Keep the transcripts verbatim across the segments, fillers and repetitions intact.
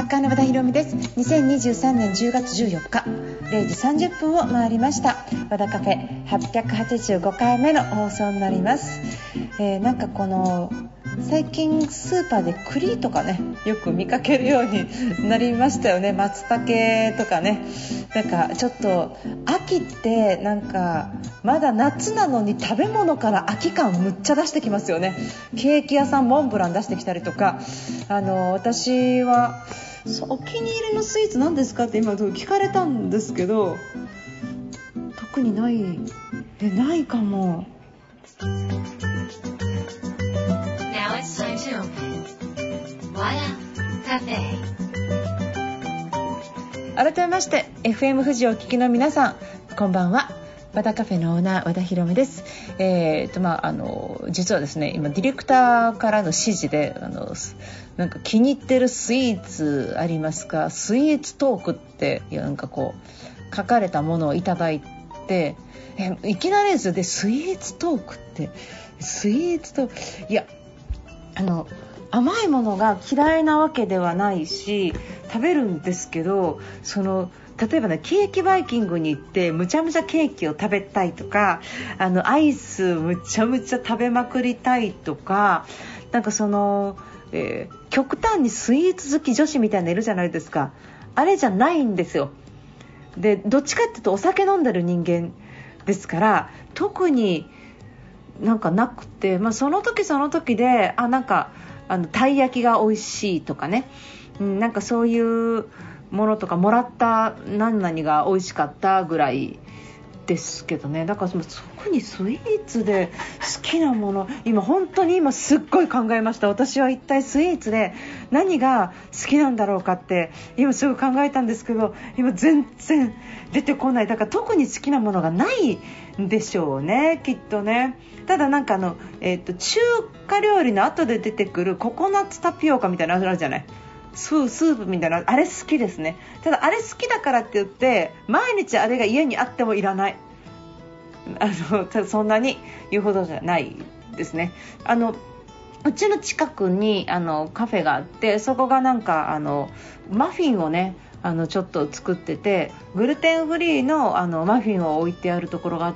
家の和田ひろみです。にせんにじゅうさんねんじゅうがつじゅうよっかれいじさんじゅっぷんを回りました。和田カフェはっぴゃくはちじゅうごかいめの放送になります。えー、なんかこの最近スーパーで栗とかねよく見かけるようになりましたよね。松茸とかね。なんかちょっと秋ってなんかまだ夏なのに食べ物から秋感むっちゃ出してきますよね。ケーキ屋さんモンブラン出してきたりとか、あの私はお気に入りのスイーツ何ですかって今聞かれたんですけど、特にないえないかも。 Now it's time to open Wada Cafe。 改めまして エフエム 富士をお聞きの皆さん、こんばんは。和田カフェのオーナー和田ひろみです。えーとまあ、あの実はですね、今ディレクターからの指示であのなんか気に入ってるスイーツありますか、スイーツトークってなんかこう書かれたものをいただいて、えいきなりですよ。でスイーツトークってスイーツトークいやあの甘いものが嫌いなわけではないし食べるんですけど、その例えばねケーキバイキングに行ってむちゃむちゃケーキを食べたいとか、あのアイスむちゃむちゃ食べまくりたいとか、なんかその、えー、極端にスイーツ好き女子みたいなのいるじゃないですか。あれじゃないんですよ。でどっちかっていうとお酒飲んでる人間ですから、特になんかなくて、まあ、その時その時であなんかあのたい焼きが美味しいとかね、うん、なんかそういうものとかもらった何々が美味しかったぐらいですけどね。だからそこにスイーツで好きなもの、今本当に今すっごい考えました。私は一体スイーツで何が好きなんだろうかって今すぐ考えたんですけど、今全然出てこない。だから特に好きなものがないんでしょうね、きっとね。ただなんかあの、えーと、中華料理の後で出てくるココナッツタピオカみたいなのあるじゃない、スー、スープみたいな、あれ好きですね。ただあれ好きだからって言って毎日あれが家にあってもいらない、あのそんなに言うほどじゃないですね。あのうちの近くにあのカフェがあって、そこがなんかあのマフィンをねあのちょっと作ってて、グルテンフリー の, あのマフィンを置いてあるところがあって、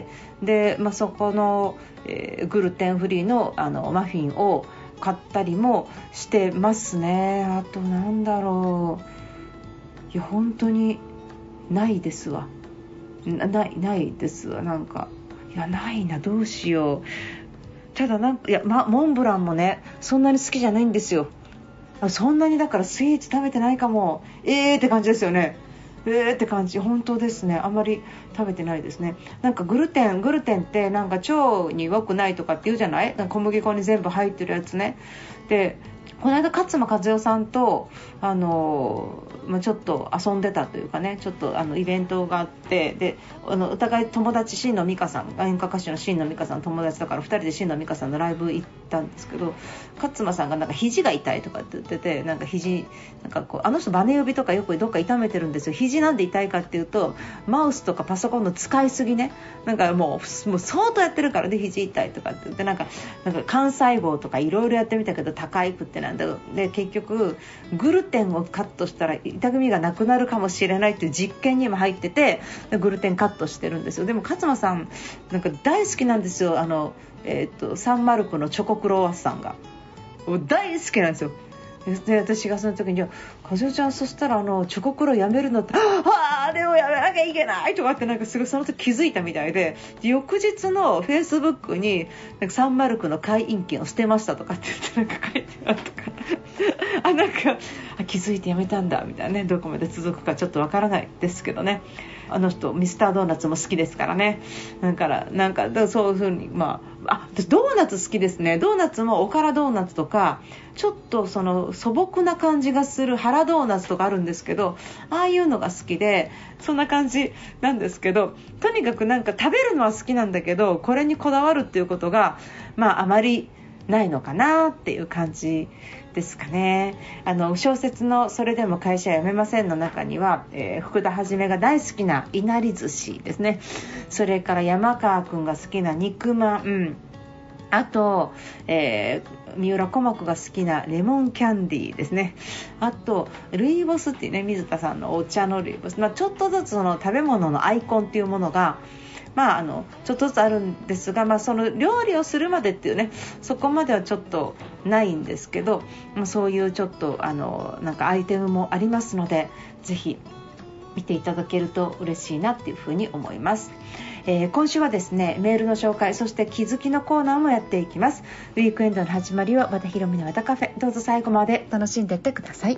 で、まあ、そこの、えー、グルテンフリー の, あのマフィンを買ったりもしてますね。あとなんだろう、いや本当にないですわ。な, ないないですわ。なんかいやないな、どうしよう。ただなんかいや、ま、モンブランもねそんなに好きじゃないんですよ。そんなにだからスイーツ食べてないかも。えーって感じですよね。えーって感じ、本当ですね。あんまり食べてないですね。なんかグルテングルテンってなんか腸に良くないとかって言うじゃない、なんか小麦粉に全部入ってるやつね。でこの間勝間和代さんとあの、まあ、ちょっと遊んでたというかね、ちょっとあのイベントがあって、であのお互い友達、新野美香さん、演歌歌手の新野美香さんの友達だからふたりで新野美香さんのライブ行ったんですけど、勝間さんがなんか肘が痛いとかって言ってて、なんか肘なんかこうあの人バネ指とかよくどっか痛めてるんですよ。肘なんで痛いかっていうとマウスとかパソコンの使いすぎね、なんかもう、もう相当やってるからで肘痛いとかって言って、なんかなんか幹細胞とかいろいろやってみたけど高いくってなんだで、結局グルテンをカットしたら痛みがなくなるかもしれないっていう実験にも入ってて、グルテンカットしてるんですよ。でも勝間さんなんか大好きなんですよ。あの、えー、とサンマルクのチョコクロワッサンがもう大好きなんですよ。で私がその時に和代ちゃんそしたらあのチョコクロやめるのって、ああれをやめなきゃいけないとかってなんかすごいその時気づいたみたいで、で翌日のフェイスブックになんかサンマルクの会員権を捨てましたとかって言ってなんか書いてあるとかあなんかあ気づいてやめたんだみたいなね。どこまで続くかちょっとわからないですけどね。あの人ミスタードーナツも好きですからね。だからなんかそういう風に、まあ、あ私ドーナツ好きですね。ドーナツもおからドーナツとかちょっとその素朴な感じがする原ドーナツとかあるんですけど、ああいうのが好きでそんな感じなんですけど、とにかくなんか食べるのは好きなんだけどこれにこだわるっていうことがまああまりないのかなっていう感じですかね。あの小説のそれでも会社辞めませんの中には、えー、福田はじめが大好きないなり寿司ですね。それから山川くんが好きな肉まん、 あと、えー、三浦小木が好きなレモンキャンディーですね。あとルイボスっていうね、水田さんのお茶のルイボス、まあ、ちょっとずつその食べ物のアイコンっていうものが、まあ、あのちょっとずつあるんですが、まあ、その料理をするまでっていうね、そこまではちょっとないんですけど、そういうちょっとあのなんかアイテムもありますので、ぜひ見ていただけると嬉しいなっていうふうに思います。えー、今週はですね、メールの紹介、そして気づきのコーナーもやっていきます。ウィークエンドの始まりは和田ひろみの和田カフェ、どうぞ最後まで楽しんでいってください。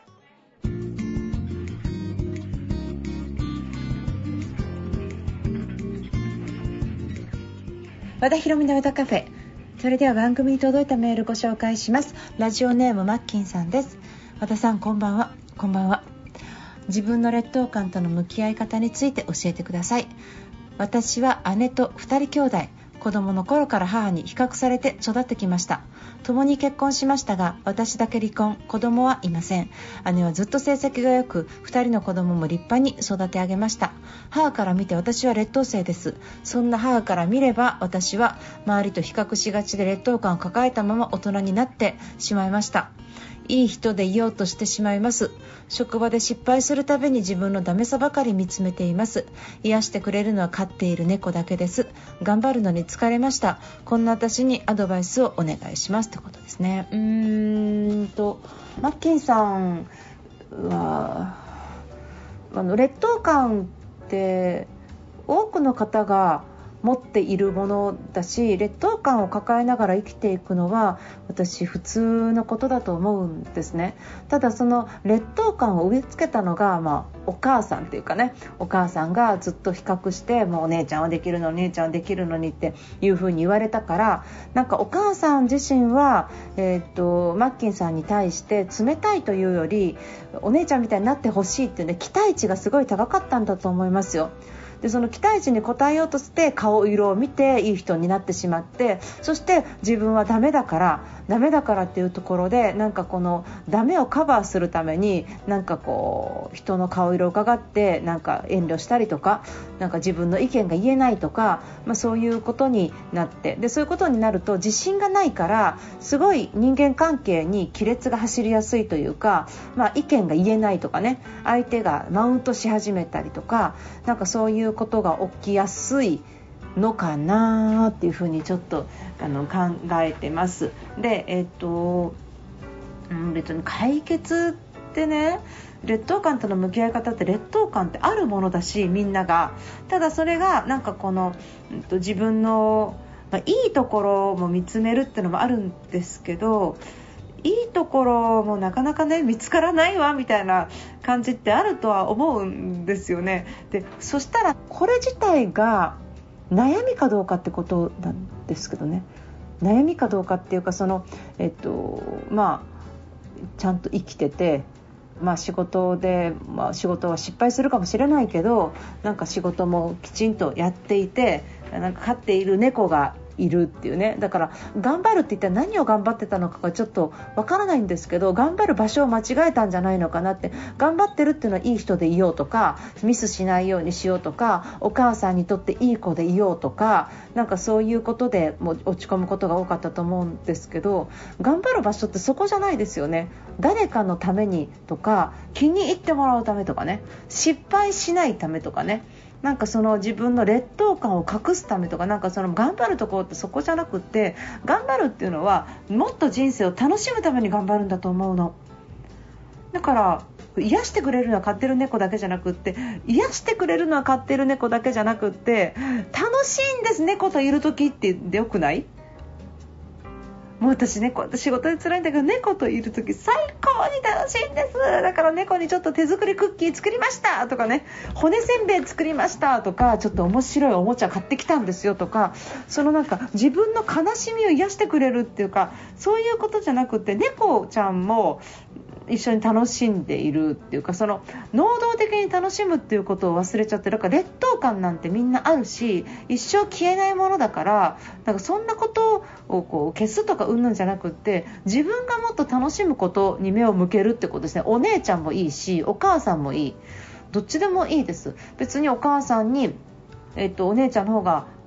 和田ひろみの和田カフェ、それでは番組に届いたメールご紹介します。ラジオネームマッキンさんです。和田さん、こんばんは。こんばんは。自分の劣等感との向き合い方について教えてください。私は姉とふたり兄弟、子供の頃から母に比較されて育ってきました。共に結婚しましたが、私だけ離婚、子供はいません。姉はずっと成績が良く、ふたりの子供も立派に育て上げました。母から見て私は劣等生です。そんな母から見れば、私は周りと比較しがちで劣等感を抱えたまま大人になってしまいました。いい人でいようとしてしまいます。職場で失敗するたびに自分のダメさばかり見つめています。癒してくれるのは飼っている猫だけです。頑張るのに疲れました。こんな私にアドバイスをお願いしますということですね。うーんとマッキンさんはあの劣等感って多くの方が持っているものだし、劣等感を抱えながら生きていくのは私普通のことだと思うんですね。ただその劣等感を植え付けたのが、まあ、お母さんっていうかね、お母さんがずっと比較して、もうお姉ちゃんはできるのに、姉ちゃんはできるのにっていう風に言われたから、なんかお母さん自身は、えー、っとマッキンさんに対して冷たいというより、お姉ちゃんみたいになってほしいっていうね、期待値がすごい高かったんだと思いますよ。でその期待値に応えようとして顔色を見ていい人になってしまって、そして自分はダメだからダメだからっていうところで、なんかこのダメをカバーするためになんかこう人の顔色を伺ってなんか遠慮したりとか、なんか自分の意見が言えないとか、まあ、そういうことになって、でそういうことになると自信がないからすごい人間関係に亀裂が走りやすいというか、まあ、意見が言えないとかね、相手がマウントし始めたりとか、なんかそういうことが起きやすいのかなっていうふうにちょっとあの考えてます。で、えっと、うん、別に解決ってね、劣等感との向き合い方って、劣等感ってあるものだし、みんなが、ただそれがなんかこの、うん、と自分の、まあ、いいところも見つめるっていうのもあるんですけど、いいところもなかなかね見つからないわみたいな感じってあるとは思うんですよね。でそしたらこれ自体が悩みかどうかってことなんですけどね、悩みかどうかっていうか、そのえっとまあちゃんと生きてて、まあ、仕事で、まあ、仕事は失敗するかもしれないけど、なんか仕事もきちんとやっていて、なんか飼っている猫がいるっていうね。だから頑張るって言ったら何を頑張ってたのかがちょっとわからないんですけど、頑張る場所を間違えたんじゃないのかなって。頑張ってるっていうのはいい人でいようとか、ミスしないようにしようとか、お母さんにとっていい子でいようとか、なんかそういうことでもう落ち込むことが多かったと思うんですけど、頑張る場所ってそこじゃないですよね。誰かのためにとか、気に入ってもらうためとかね、失敗しないためとかね、なんかその自分の劣等感を隠すためとか、なんかその頑張るところってそこじゃなくって、頑張るっていうのはもっと人生を楽しむために頑張るんだと思うの。だから癒してくれるのは飼ってる猫だけじゃなくって、癒してくれるのは飼ってる猫だけじゃなくって、楽しいんです猫といる時ってでよくない？もう私ね、仕事で辛いんだけど猫といるとき最高に楽しいんです。だから猫にちょっと手作りクッキー作りましたとかね、骨せんべい作りましたとか、ちょっと面白いおもちゃ買ってきたんですよとか、そのなんか自分の悲しみを癒してくれるっていうか、そういうことじゃなくて、猫ちゃんも一緒に楽しんでいるっていうか、その能動的に楽しむっていうことを忘れちゃって、だから劣等感なんてみんなあるし、一生消えないものだから、なんかそんなことをこう消すとかうんぬんじゃなくって、自分がもっと楽しむことに目を向けるってことですね。お姉ちゃんもいいし、お母さんもいい、どっちでもいいです。別にお母さんに、えっと、お姉ちゃんの方が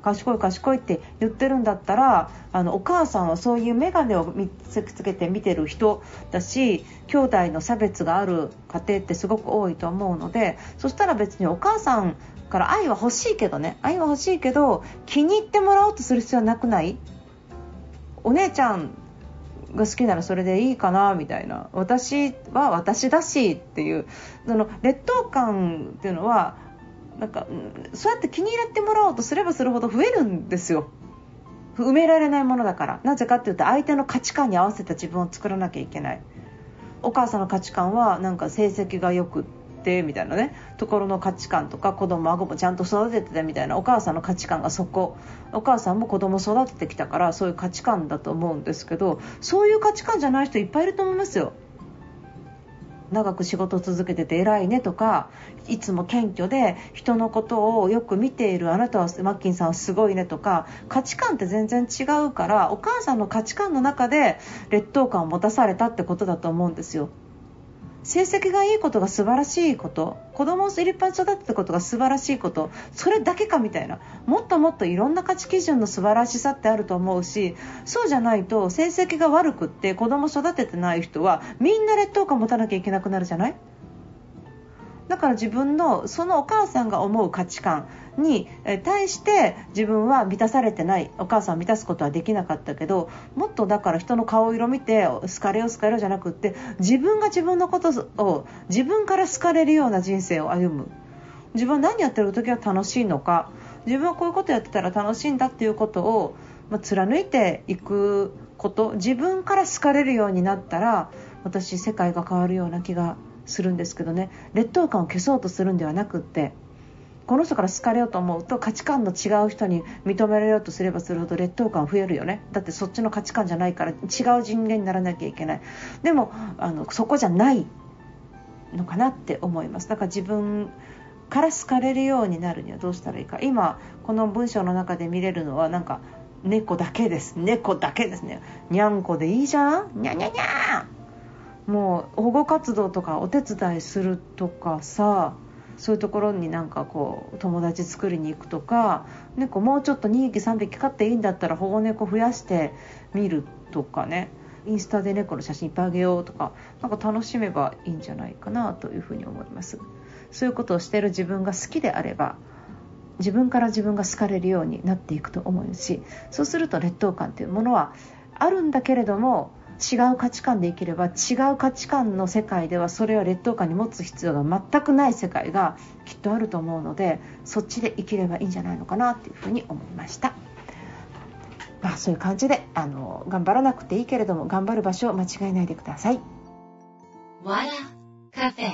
賢い賢いって言ってるんだったら、あのお母さんはそういう眼鏡を見つけて見てる人だし、兄弟の差別がある家庭ってすごく多いと思うので、そしたら別にお母さんから愛は欲しいけどね愛は欲しいけど気に入ってもらおうとする必要はなくない？お姉ちゃんが好きならそれでいいかなみたいな、私は私だしっていう、その劣等感っていうのはなんかそうやって気に入ってもらおうとすればするほど増えるんですよ。埋められないものだから。なぜかっていうと相手の価値観に合わせた自分を作らなきゃいけない。お母さんの価値観はなんか成績がよくってみたいなねところの価値観とか、子供孫もちゃんと育ててたみたいなお母さんの価値観がそこ、お母さんも子供育ててきたからそういう価値観だと思うんですけど、そういう価値観じゃない人いっぱいいると思いますよ。長く仕事を続けてて偉いねとか、いつも謙虚で人のことをよく見ているあなたはマッキンさんはすごいねとか、価値観って全然違うから、お母さんの価値観の中で劣等感を持たされたってことだと思うんですよ。成績がいいことが素晴らしいこと、子供を立派に育てたことが素晴らしいこと、それだけかみたいな、もっともっといろんな価値基準の素晴らしさってあると思うし、そうじゃないと成績が悪くって子供育ててない人はみんな劣等感持たなきゃいけなくなるじゃない。だから自分のそのお母さんが思う価値観に対して自分は満たされてない、お母さんを満たすことはできなかったけど、もっとだから人の顔色見て好かれよう好かれようじゃなくって、自分が自分のことを自分から好かれるような人生を歩む。自分は何やってる時は楽しいのか、自分はこういうことやってたら楽しいんだっていうことを、まあ、貫いていくこと、自分から好かれるようになったら、私世界が変わるような気がするんですけどね。劣等感を消そうとするんではなくって、この人から好かれようと思うと価値観の違う人に認められようとすればするほど劣等感増えるよね。だってそっちの価値観じゃないから違う人間にならなきゃいけない。でもあのそこじゃないのかなって思います。だから自分から好かれるようになるにはどうしたらいいか。今この文章の中で見れるのはなんか猫だけです。猫だけですね。にゃんこでいいじゃん、にゃにゃにゃ。もう保護活動とかお手伝いするとかさ、そういうところになんかこう友達作りに行くとか、猫もうちょっとにひきさんびき飼っていいんだったら保護猫増やしてみるとかね、インスタで猫の写真いっぱいあげようとか、なんか楽しめばいいんじゃないかなというふうに思います。そういうことをしている自分が好きであれば、自分から自分が好かれるようになっていくと思うし、そうすると劣等感というものはあるんだけれども、違う価値観で生きれば、違う価値観の世界ではそれは劣等感に持つ必要が全くない世界がきっとあると思うので、そっちで生きればいいんじゃないのかなというふうに思いました。まあ、そういう感じであの頑張らなくていいけれども、頑張る場所を間違えないでください。 わらカフェ。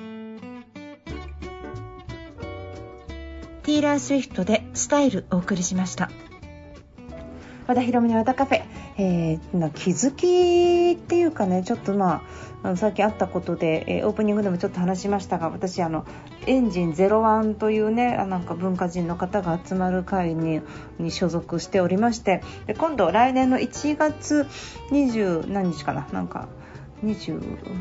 ティーラー・スウィフトでスタイルお送りしました。和田ひろみの和田カフェ、えー、気づきっていうかね、ちょっとまあ、あのさっきあったことで、えー、オープニングでもちょっと話しましたが、私あのエンジンゼロワンというね、なんか文化人の方が集まる会にに所属しておりまして、で今度来年のいちがつにじゅう何日かな、なんかにじゅう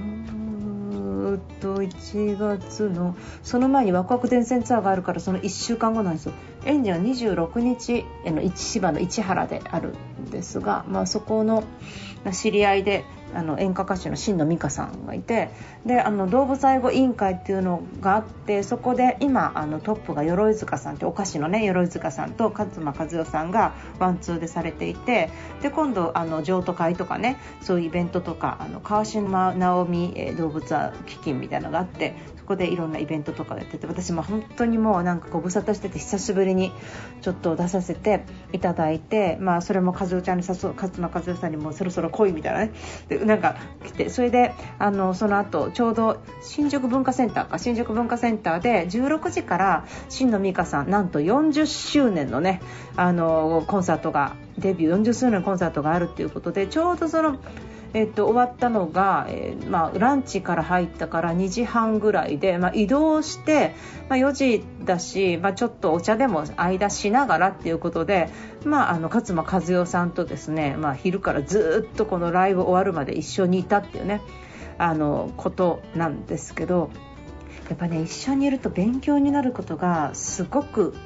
といちがつのその前にワクワク伝染ツアーがあるから、そのいっしゅうかんごなんですよ。エンジンはにじゅうろくにちの千葉の市原であるんですが、まあ、そこの知り合いであの演歌歌手の新野美香さんがいて、であの動物愛護委員会っていうのがあって、そこで今あのトップが鎧塚さんってお菓子のね鎧塚さんと勝間和代さんがワンツーでされていて、で今度あの譲渡会とかね、そういうイベントとか、あの川島直美、えー、動物基金みたいなのがあって、そこでいろんなイベントとかやってて、私も本当にもうなんかご無沙汰してて、久しぶりにちょっと出させていただいて、まあそれも和代ちゃんに誘う、勝間和代さんにもそろそろ来いみたいなね、でなんか来て、それであのその後ちょうど新宿文化センターか新宿文化センターでじゅうろくじから新野美香さん、なんとよんじゅっしゅうねんのねあのコンサートが、デビューよんじゅっしゅうねんのコンサートがあるっていうことで、ちょうどそのえっと、終わったのが、えーまあ、ランチから入ったからにじはんぐらいで、まあ、移動して、まあ、よじだし、まあ、ちょっとお茶でも間しながらっていうことで、まあ、あの勝間和代さんとですね、まあ、昼からずっとこのライブ終わるまで一緒にいたっていうね、あのことなんですけど、やっぱね一緒にいると勉強になることがすごくあって、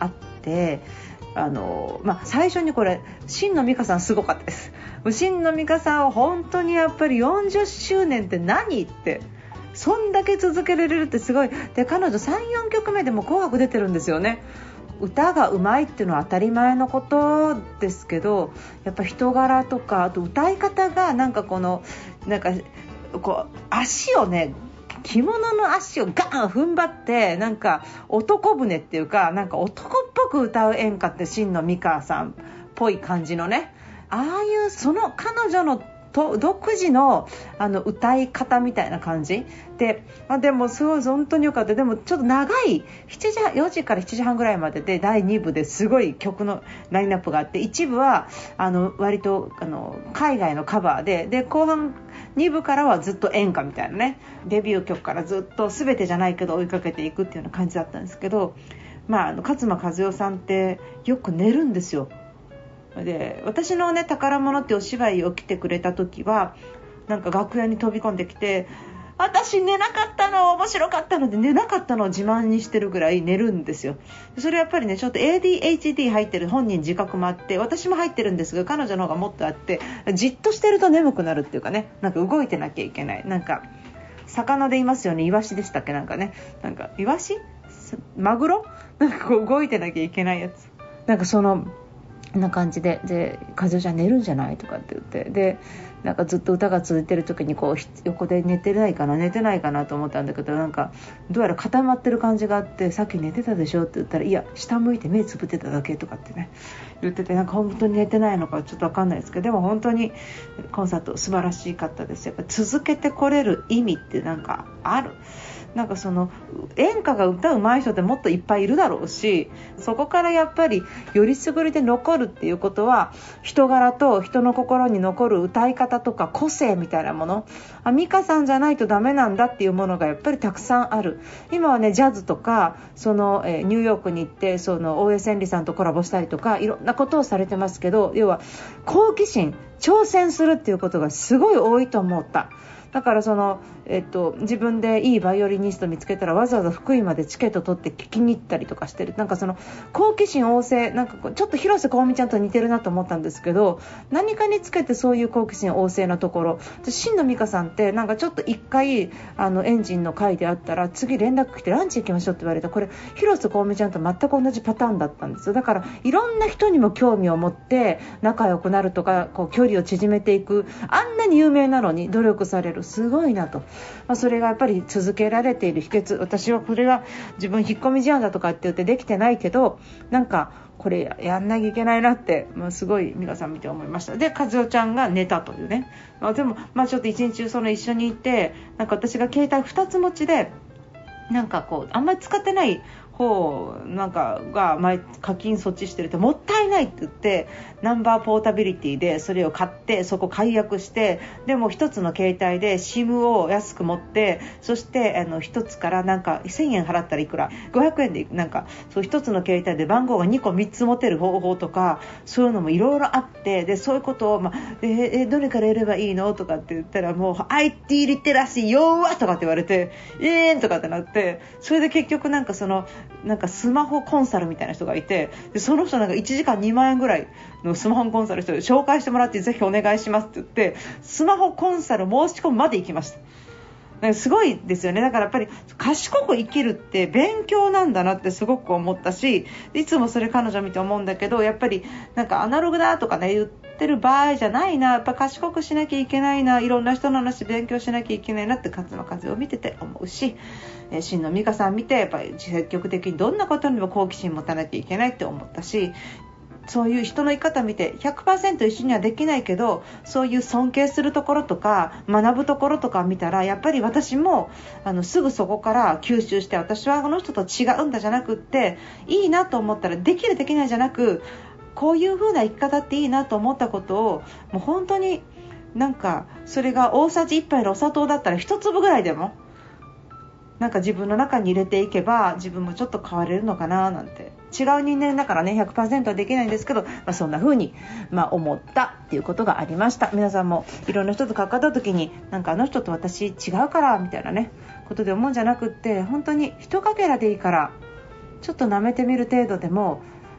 て、あの、まあ、最初にこれ新野美香さんすごかったです。新野美香さんは本当にやっぱりよんじゅっしゅうねんって何ってそんだけ続けられるってすごい。で彼女 さん,よん 曲目でも紅白出てるんですよね。歌がうまいっていうのは当たり前のことですけど、やっぱ人柄とかあと歌い方がなんかこのなんかこう足をね、着物の足をガーン踏ん張ってなんか男船っていうかなんか男っぽく歌う演歌って新野美香さんっぽい感じのね、ああいうその彼女のと独自のあの歌い方みたいな感じで、まあ、でもすごい本当に良かった。でもちょっと長いしちじよじからしちじはんぐらいまででだいに部ですごい曲のラインナップがあって、いち部はあの割とあの海外のカバーで、で後半に部からはずっと演歌みたいなね、デビュー曲からずっと全てじゃないけど追いかけていくっていうような感じだったんですけど、まあ、あの勝間和代さんってよく寝るんですよ。で私のね宝物ってお芝居を来てくれた時はなんか楽屋に飛び込んできて、私寝なかったの面白かったので寝なかったのを自慢にしてるぐらい寝るんですよ。それやっぱりねちょっと エーディーエイチディー 入ってる本人自覚もあって、私も入ってるんですが彼女の方がもっとあって、じっとしてると眠くなるっていうかね、なんか動いてなきゃいけない、なんか魚でいますよね、イワシでしたっけ、なんかね、なんかイワシマグロなんかこう動いてなきゃいけないやつ、なんかそのな感じで、で和代ちゃん寝るんじゃないとかって言って、でなんかずっと歌が続いてる時にこう横で寝てないかな寝てないかなと思ったんだけど、なんかどうやら固まってる感じがあって、さっき寝てたでしょって言ったら、いや下向いて目つぶってただけとかってね言ってて、なんか本当に寝てないのかちょっと分かんないですけど、でも本当にコンサート素晴らしかったです。やっぱ続けてこれる意味ってなんかある。なんかその演歌が歌うまい人ってもっといっぱいいるだろうし、そこからやっぱりよりすぐりで残るっていうことは人柄と人の心に残る歌い方とか個性みたいなもの、あ美香さんじゃないとダメなんだっていうものがやっぱりたくさんある。今はねジャズとかその、えー、ニューヨークに行ってその大江千里さんとコラボしたりとかいろんなことをされてますけど、要は好奇心挑戦するっていうことがすごい多いと思った。だからその、えっと、自分でいいバイオリニスト見つけたらわざわざ福井までチケット取って聞きに行ったりとかしてる。なんかその好奇心旺盛、なんかちょっと広瀬香美ちゃんと似てるなと思ったんですけど、何かにつけてそういう好奇心旺盛なところ。新野美香さんってなんかちょっと一回あのエンジンの回であったら次連絡来てランチ行きましょうって言われた。これ広瀬香美ちゃんと全く同じパターンだったんですよ。だからいろんな人にも興味を持って仲良くなるとかこう距離を縮めていく、あんなに有名なのに努力される、すごいなと、まあ、それがやっぱり続けられている秘訣。私はこれが自分引っ込み思案だとかって言ってできてないけど、なんかこれやんなきゃいけないなって、まあ、すごい美香さん見て思いました。で和代ちゃんが寝たというね、まあ、でもまあちょっと一日中その一緒にいて、なんか私が携帯ふたつ持ちでなんかこうあんまり使ってない方なんかが前課金措置してるともったいないって言ってナンバーポータビリティでそれを買ってそこ解約して、でも一つの携帯で シム を安く持って、そしてあの一つからなんかせんえん払ったらいくらごひゃくえんでなんかそう一つの携帯で番号がにこみっつ持てる方法とかそういうのもいろいろあって、でそういうことを、まあえーえー、どれからやればいいのとかって言ったらもう アイティー リテラシー弱とかって言われてえーんとかってなって、それで結局なんかそのなんかスマホコンサルみたいな人がいて、でその人なんかいちじかんにまんえんぐらいのスマホコンサル人で紹介してもらってぜひお願いしますって言ってスマホコンサル申し込むまで行きました。なんかすごいですよね。だからやっぱり賢く生きるって勉強なんだなってすごく思ったし、いつもそれ彼女見て思うんだけど、やっぱりなんかアナログだとかね言ってる場合じゃないな、やっぱ賢くしなきゃいけないな、いろんな人の話勉強しなきゃいけないなって勝間和代を見てて思うし、えー、新野美香さん見てやっぱり積極的にどんなことにも好奇心持たなきゃいけないって思ったし、そういう人の生き方見て ひゃくパーセント 一緒にはできないけど、そういう尊敬するところとか学ぶところとか見たらやっぱり私もあのすぐそこから吸収して、私はこの人と違うんだじゃなくって、いいなと思ったらできるできないじゃなく、こういう風な生き方っていいなと思ったことをもう本当になんかそれが大さじいっぱいのお砂糖だったら一粒ぐらいでもなんか自分の中に入れていけば自分もちょっと変われるのかななんて。違う人間だからね ひゃくパーセント はできないんですけど、まあ、そんな風に、まあ、思ったっていうことがありました。皆さんもいろんな人と関わった時になんかあの人と私違うからみたいなねことで思うんじゃなくって、本当に一かけらでいいからちょっと舐めてみる程度でも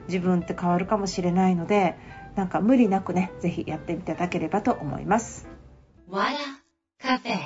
自分って変わるかもしれないので、なんか無理なくね、ぜひやってみていただければと思います。 わらカフェ。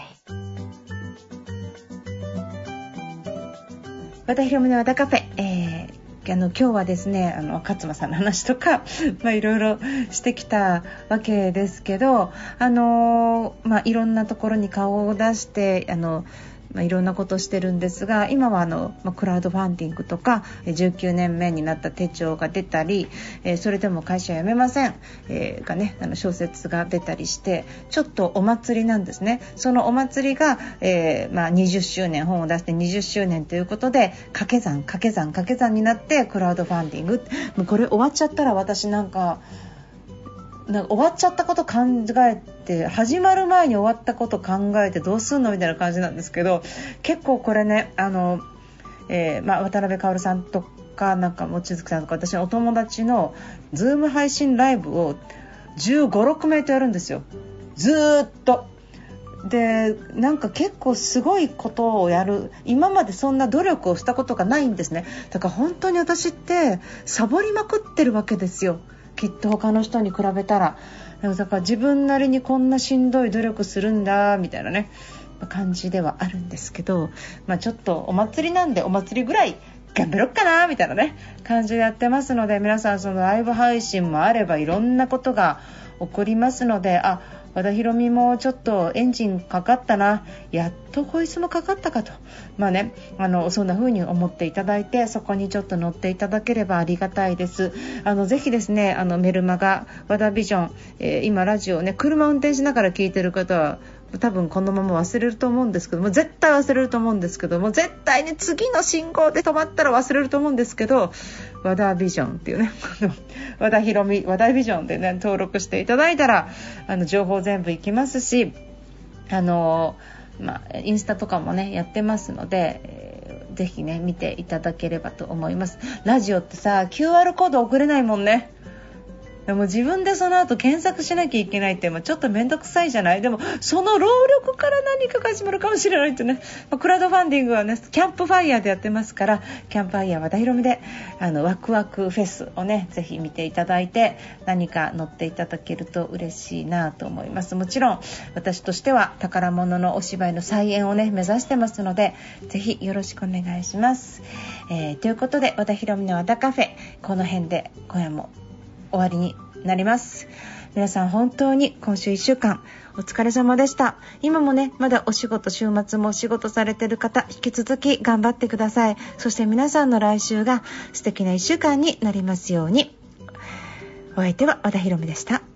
和田ひろみの和田カフェ、えー、あの今日はですね、あの勝間さんの話とかまあいろいろしてきたわけですけど、あのー、まあいろんなところに顔を出してあのまあ、いろんなことをしてるんですが、今はあの、まあ、クラウドファンディングとかじゅうきゅうねんめになった手帳が出たり、えー、それでも会社辞めません、えー、がね、あの小説が出たりして、ちょっとお祭りなんですね。そのお祭りが、えーまあ、にじゅっしゅうねん、本を出してにじゅっしゅうねんということで掛け算掛け算掛け算になってクラウドファンディング、もうこれ終わっちゃったら私なんかなんか終わっちゃったこと考えて、始まる前に終わったこと考えてどうすんのみたいな感じなんですけど、結構これね、あの、えーまあ、渡辺薫さんとかなんか望月さんとか私のお友達のズーム配信ライブをじゅうご、ろくめいとやるんですよ、ずーっと。でなんか結構すごいことをやる、今までそんな努力をしたことがないんですね。だから本当に私ってサボりまくってるわけですよ、きっと他の人に比べたら。だから自分なりにこんなしんどい努力するんだみたいなね感じではあるんですけど、まあ、ちょっとお祭りなんでお祭りぐらい頑張ろっかなみたいなね感じでやってますので、皆さんそのライブ配信もあればいろんなことが起こりますので、あ、和田ひろみもちょっとエンジンかかったな、やっとこいつもかかったかと、まあね、あのそんな風に思っていただいて、そこにちょっと乗っていただければありがたいです。あのぜひですね、あのメルマガ和田ビジョン、えー、今ラジオね、車運転しながら聞いてる方は多分このまま忘れると思うんですけども、絶対忘れると思うんですけども、絶対に次の信号で止まったら忘れると思うんですけど、和田ビジョンっていうね和田ひろみ和田ビジョンでね登録していただいたら、あの情報全部いきますし、あのまあ、インスタとかもねやってますので、えー、ぜひね見ていただければと思います。ラジオってさ キューアール コード送れないもんね。でも自分でその後検索しなきゃいけないって、まあ、ちょっと面倒くさいじゃない。でもその労力から何かが始まるかもしれないってね、まあ、クラウドファンディングはねキャンプファイヤーでやってますから、キャンプファイヤー和田ひろみであのワクワクフェスをねぜひ見ていただいて、何か乗っていただけると嬉しいなと思います。もちろん私としては宝物のお芝居の再演をね目指してますので、ぜひよろしくお願いします、えー、ということで和田ひろみの和田カフェ、この辺で今夜も終わりになります。皆さん本当に今週いっしゅうかんお疲れ様でした。今もねまだお仕事、週末もお仕事されている方、引き続き頑張ってください。そして皆さんの来週が素敵ないっしゅうかんになりますように。お相手は和田ひろみでした。